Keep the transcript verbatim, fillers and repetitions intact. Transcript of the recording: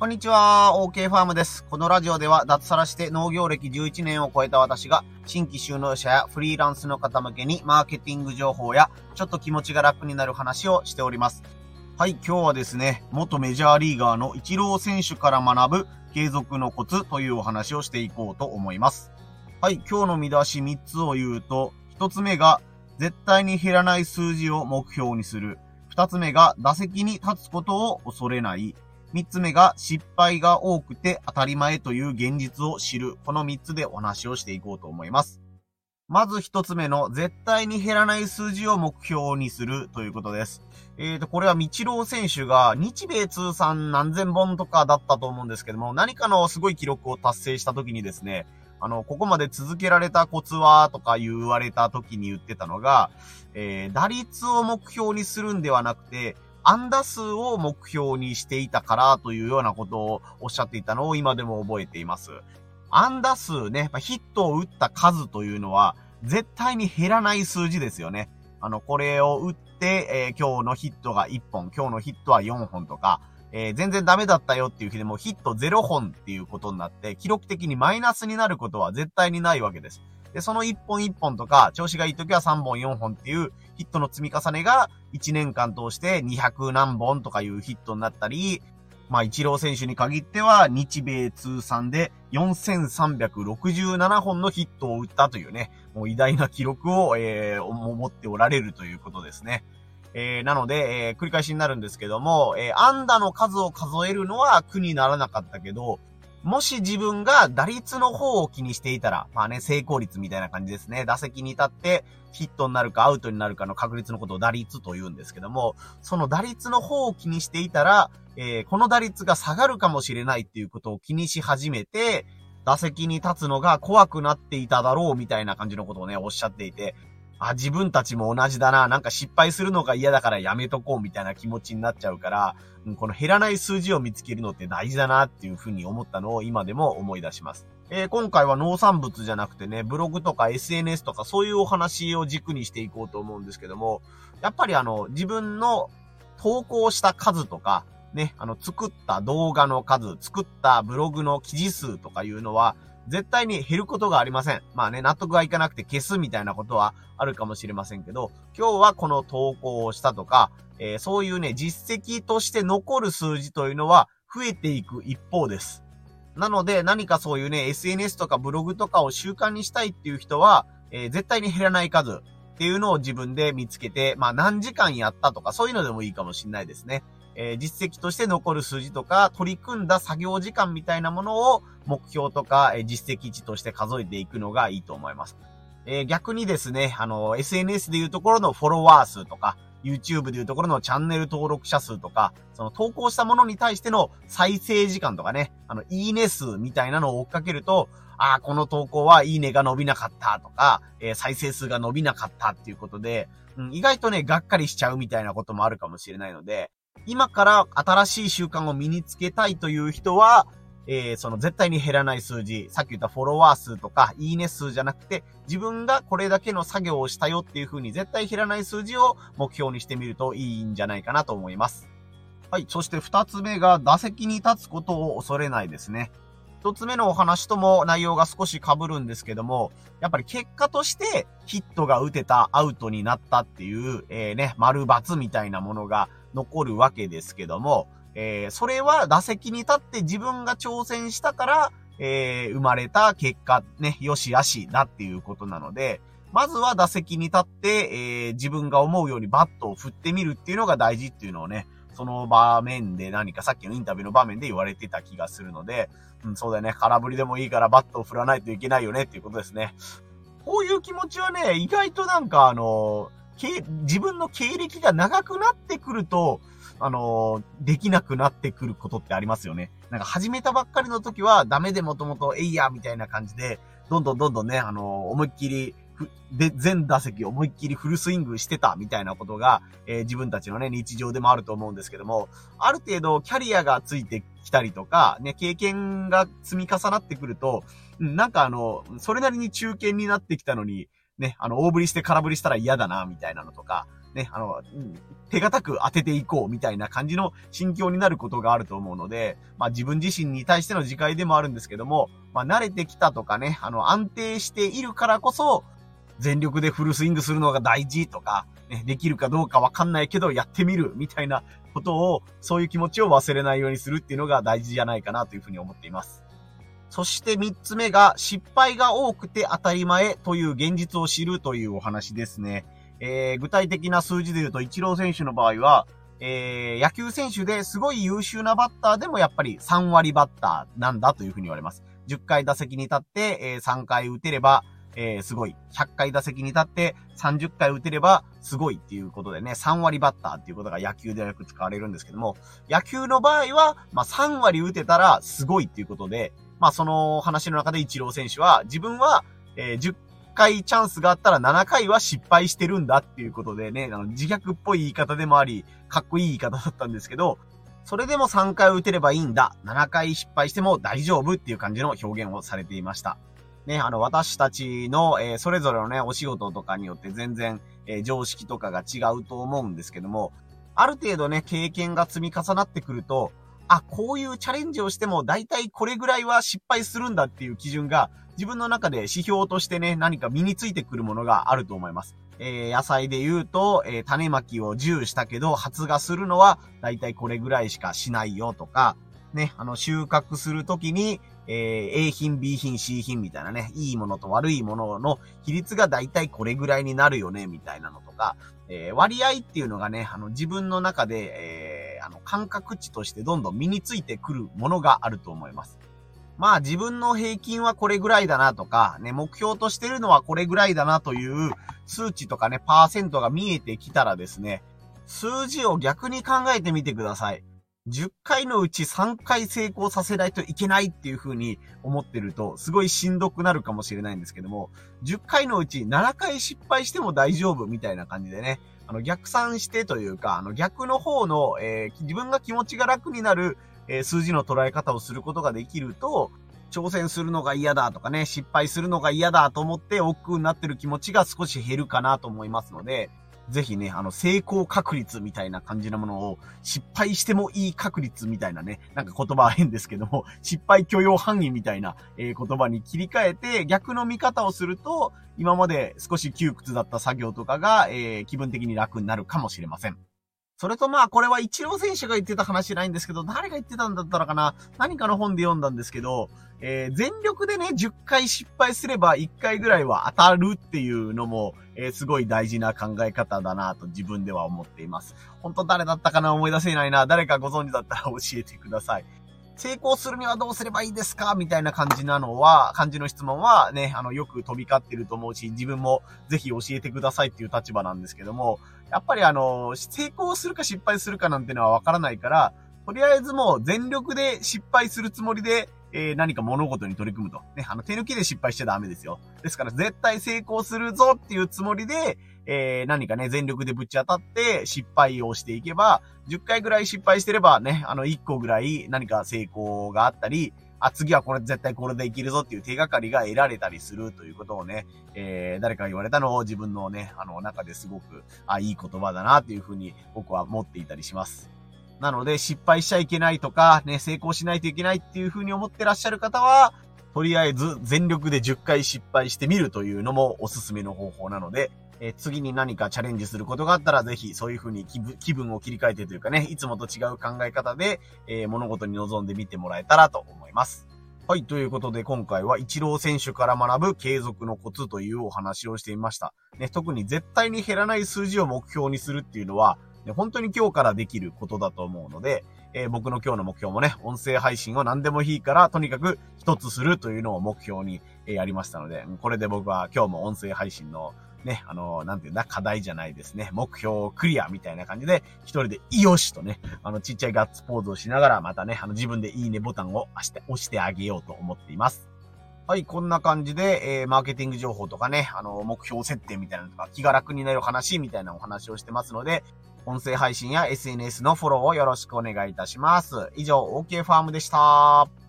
こんにちは、OK ファームです。このラジオでは脱サラして農業歴じゅういちねんを超えた私が新規就農者やフリーランスの方向けにマーケティング情報やちょっと気持ちが楽になる話をしております。はい、今日はですね、元メジャーリーガーのイチロー選手から学ぶ継続のコツというお話をしていこうと思います。はい、今日の見出しみっつを言うと、ひとつめが絶対に減らない数字を目標にする。ふたつめが打席に立つことを恐れない。三つ目が失敗が多くて当たり前という現実を知る。この三つでお話をしていこうと思います。まず一つ目の絶対に減らない数字を目標にするということです。えーと、これはイチロー選手が日米通算何千本とかだったと思うんですけども、何かのすごい記録を達成した時にですね、あの、ここまで続けられたコツはとか言われた時に言ってたのが、えー、打率を目標にするんではなくて、安打数を目標にしていたからというようなことをおっしゃっていたのを今でも覚えています。安打数ね、ヒットを打った数というのは絶対に減らない数字ですよね。あの、これを打って、えー、今日のヒットがいっぽん、今日のヒットはよんほんとか、えー、全然ダメだったよっていう日でもヒットゼロほんっていうことになって、記録的にマイナスになることは絶対にないわけです。で、そのいっぽんいっぽんとか、調子がいい時はさんぼんよんほんっていうヒットの積み重ねがいちねんかん通してにひゃくなんぼんとかいうヒットになったり、まあ、イチロー選手に限っては日米通算でよんせんさんびゃくろくじゅうななほんのヒットを打ったというね、もう偉大な記録を、えー、持っておられるということですね。えー、なので、えー、繰り返しになるんですけども、えー、安打の数を数えるのは苦にならなかったけど、もし自分が打率の方を気にしていたら、まあね、成功率みたいな感じですね。打席に立ってヒットになるかアウトになるかの確率のことを打率と言うんですけども、その打率の方を気にしていたら、えー、この打率が下がるかもしれないっていうことを気にし始めて、打席に立つのが怖くなっていただろうみたいな感じのことをね、おっしゃっていて、あ、自分たちも同じだな。なんか失敗するのが嫌だからやめとこうみたいな気持ちになっちゃうから、この減らない数字を見つけるのって大事だなっていうふうに思ったのを今でも思い出します。えー、今回は農産物じゃなくてね、ブログとか エスエヌエス とかそういうお話を軸にしていこうと思うんですけども、やっぱりあの、自分の投稿した数とか、ね、あの、作った動画の数、作ったブログの記事数とかいうのは、絶対に減ることがありません。まあね、納得がいかなくて消すみたいなことはあるかもしれませんけど、今日はこの投稿をしたとか、えー、そういうね、実績として残る数字というのは増えていく一方です。なので、何かそういうね、エスエヌエス とかブログとかを習慣にしたいっていう人は、えー、絶対に減らない数っていうのを自分で見つけて、まあ何時間やったとかそういうのでもいいかもしれないですね。えー、実績として残る数字とか、取り組んだ作業時間みたいなものを目標とか、えー、実績値として数えていくのがいいと思います。えー、逆にですね、あの、エスエヌエス でいうところのフォロワー数とか、YouTube でいうところのチャンネル登録者数とか、その投稿したものに対しての再生時間とかね、あの、いいね数みたいなのを追っかけると、ああ、この投稿はいいねが伸びなかったとか、えー、再生数が伸びなかったっていうことで、うん、意外とね、がっかりしちゃうみたいなこともあるかもしれないので、今から新しい習慣を身につけたいという人は、えー、その絶対に減らない数字、さっき言ったフォロワー数とか、いいね数じゃなくて、自分がこれだけの作業をしたよっていう風に絶対減らない数字を目標にしてみるといいんじゃないかなと思います。はい。そして二つ目が打席に立つことを恐れないですね。一つ目のお話とも内容が少し被るんですけども、やっぱり結果としてヒットが打てた、アウトになったっていう、えー、ね、丸×みたいなものが残るわけですけども、えー、それは打席に立って自分が挑戦したから、えー、生まれた結果、ね、よしあしだっていうことなので、まずは打席に立って、えー、自分が思うようにバットを振ってみるっていうのが大事っていうのをね、その場面で何かさっきのインタビューの場面で言われてた気がするので、うん、そうだよね。空振りでもいいからバットを振らないといけないよねっていうことですね。こういう気持ちはね、意外となんかあの、自分の経歴が長くなってくると、あの、できなくなってくることってありますよね。なんか始めたばっかりの時はダメでもともとえいやみたいな感じで、どんどんどんどんね、あの、思いっきり、で、全打席思いっきりフルスイングしてたみたいなことが、えー、自分たちのね、日常でもあると思うんですけども、ある程度キャリアがついてきたりとか、ね、経験が積み重なってくると、なんかあの、それなりに中堅になってきたのに、ね、あの、大振りして空振りしたら嫌だな、みたいなのとか、 ね、あの、うん、手堅く当てていこうみたいな感じの心境になることがあると思うので、まあ自分自身に対しての自戒でもあるんですけども、まあ慣れてきたとかね、あの安定しているからこそ、全力でフルスイングするのが大事とか、ね、できるかどうかわかんないけどやってみるみたいなことを、そういう気持ちを忘れないようにするっていうのが大事じゃないかなというふうに思っています。そして三つ目が、失敗が多くて当たり前という現実を知るというお話ですね。えー、具体的な数字で言うと、イチロー選手の場合は、えー、野球選手ですごい優秀なバッターでもやっぱりさんわりバッターなんだというふうに言われます。じゅっかい打席に立って、えー、さんかい打てれば、えー、すごい。ひゃっかい打席に立ってさんじゅっかい打てればすごいっていうことでね、さんわりバッターっていうことが野球でよく使われるんですけども、野球の場合は、まあ、さんわり打てたらすごいっていうことで、まあ、その話の中でイチロー選手は、自分は、えー、じゅっかいチャンスがあったらななかいは失敗してるんだっていうことでね、あの自虐っぽい言い方でもあり、かっこいい言い方だったんですけど、それでもさんかい打てればいいんだ。ななかい失敗しても大丈夫っていう感じの表現をされていました。ね、あの、私たちの、えー、それぞれのね、お仕事とかによって全然、えー、常識とかが違うと思うんですけども、ある程度ね、経験が積み重なってくると、あ、こういうチャレンジをしても大体これぐらいは失敗するんだっていう基準が自分の中で指標としてね、何か身についてくるものがあると思います。えー、野菜で言うと、えー、種まきをじゅうしたけど発芽するのは大体これぐらいしかしないよとか、ね、あの、収穫するときに、えー、A 品、B 品、C 品みたいなね、いいものと悪いものの比率が大体これぐらいになるよね、みたいなのとか、えー、割合っていうのがね、あの、自分の中で、えー、あの、感覚値としてどんどん身についてくるものがあると思います。まあ、自分の平均はこれぐらいだなとか、ね、目標としてるのはこれぐらいだなという数値とかね、パーセントが見えてきたらですね、数字を逆に考えてみてください。じゅっかいのうちさんかい成功させないといけないっていう風に思ってると、すごいしんどくなるかもしれないんですけども、じゅっかいのうちななかい失敗しても大丈夫みたいな感じでね、あの逆算してというか、あの逆の方の、えー、自分が気持ちが楽になる、えー、数字の捉え方をすることができると、挑戦するのが嫌だとかね、失敗するのが嫌だと思って億劫になってる気持ちが少し減るかなと思いますので、ぜひね、あの、成功確率みたいな感じのものを、失敗してもいい確率みたいなね、なんか言葉は変ですけども、失敗許容範囲みたいな、えー、言葉に切り替えて、逆の見方をすると、今まで少し窮屈だった作業とかが、えー、気分的に楽になるかもしれません。それとまあ、これはイチロー選手が言ってた話じゃないんですけど、誰が言ってたんだったらかな、何かの本で読んだんですけど、えー、全力でね、じゅっかい失敗すればいっかいぐらいは当たるっていうのも、えー、すごい大事な考え方だなと自分では思っています。本当誰だったかな、思い出せないな。誰かご存知だったら教えてください。成功するにはどうすればいいですかみたいな感じなのは、感じの質問はね、あの、よく飛び交ってると思うし、自分もぜひ教えてくださいっていう立場なんですけども、やっぱりあの、成功するか失敗するかなんてのはわからないから、とりあえずもう全力で失敗するつもりで、えー、何か物事に取り組むと。ね、あの、手抜きで失敗しちゃダメですよ。ですから絶対成功するぞっていうつもりで、えー、何かね、全力でぶち当たって失敗をしていけば、じゅっかいぐらい失敗してればね、あの、いっこぐらい何か成功があったり、あ、次はこれ絶対これでいけるぞっていう手がかりが得られたりするということをね、えー、誰かが言われたのを自分のね、あの、中ですごく、あ、いい言葉だなっていうふうに僕は持っていたりします。なので、失敗しちゃいけないとか、ね、成功しないといけないっていうふうに思ってらっしゃる方は、とりあえず全力でじゅっかい失敗してみるというのもおすすめの方法なので、えー、次に何かチャレンジすることがあったら、ぜひそういう風に気分、気分を切り替えてというかね、いつもと違う考え方で、えー、物事に臨んでみてもらえたらと思います。はい、ということで今回はイチロー選手から学ぶ継続のコツというお話をしてみました。ね、特に絶対に減らない数字を目標にするっていうのは、ね、本当に今日からできることだと思うので、えー、僕の今日の目標もね、音声配信を何でもいいから、とにかく一つするというのを目標に、えー、やりましたので、これで僕は今日も音声配信のね、あのー、なんていうんだ、課題じゃないですね。目標クリアみたいな感じで、一人でよしとね、あの、ちっちゃいガッツポーズをしながら、またね、あの、自分でいいねボタンを押して、押してあげようと思っています。はい、こんな感じで、えー、マーケティング情報とかね、あの、目標設定みたいなのとか、気が楽になる話みたいなお話をしてますので、音声配信や エスエヌエス のフォローをよろしくお願いいたします。以上、OK ファームでした。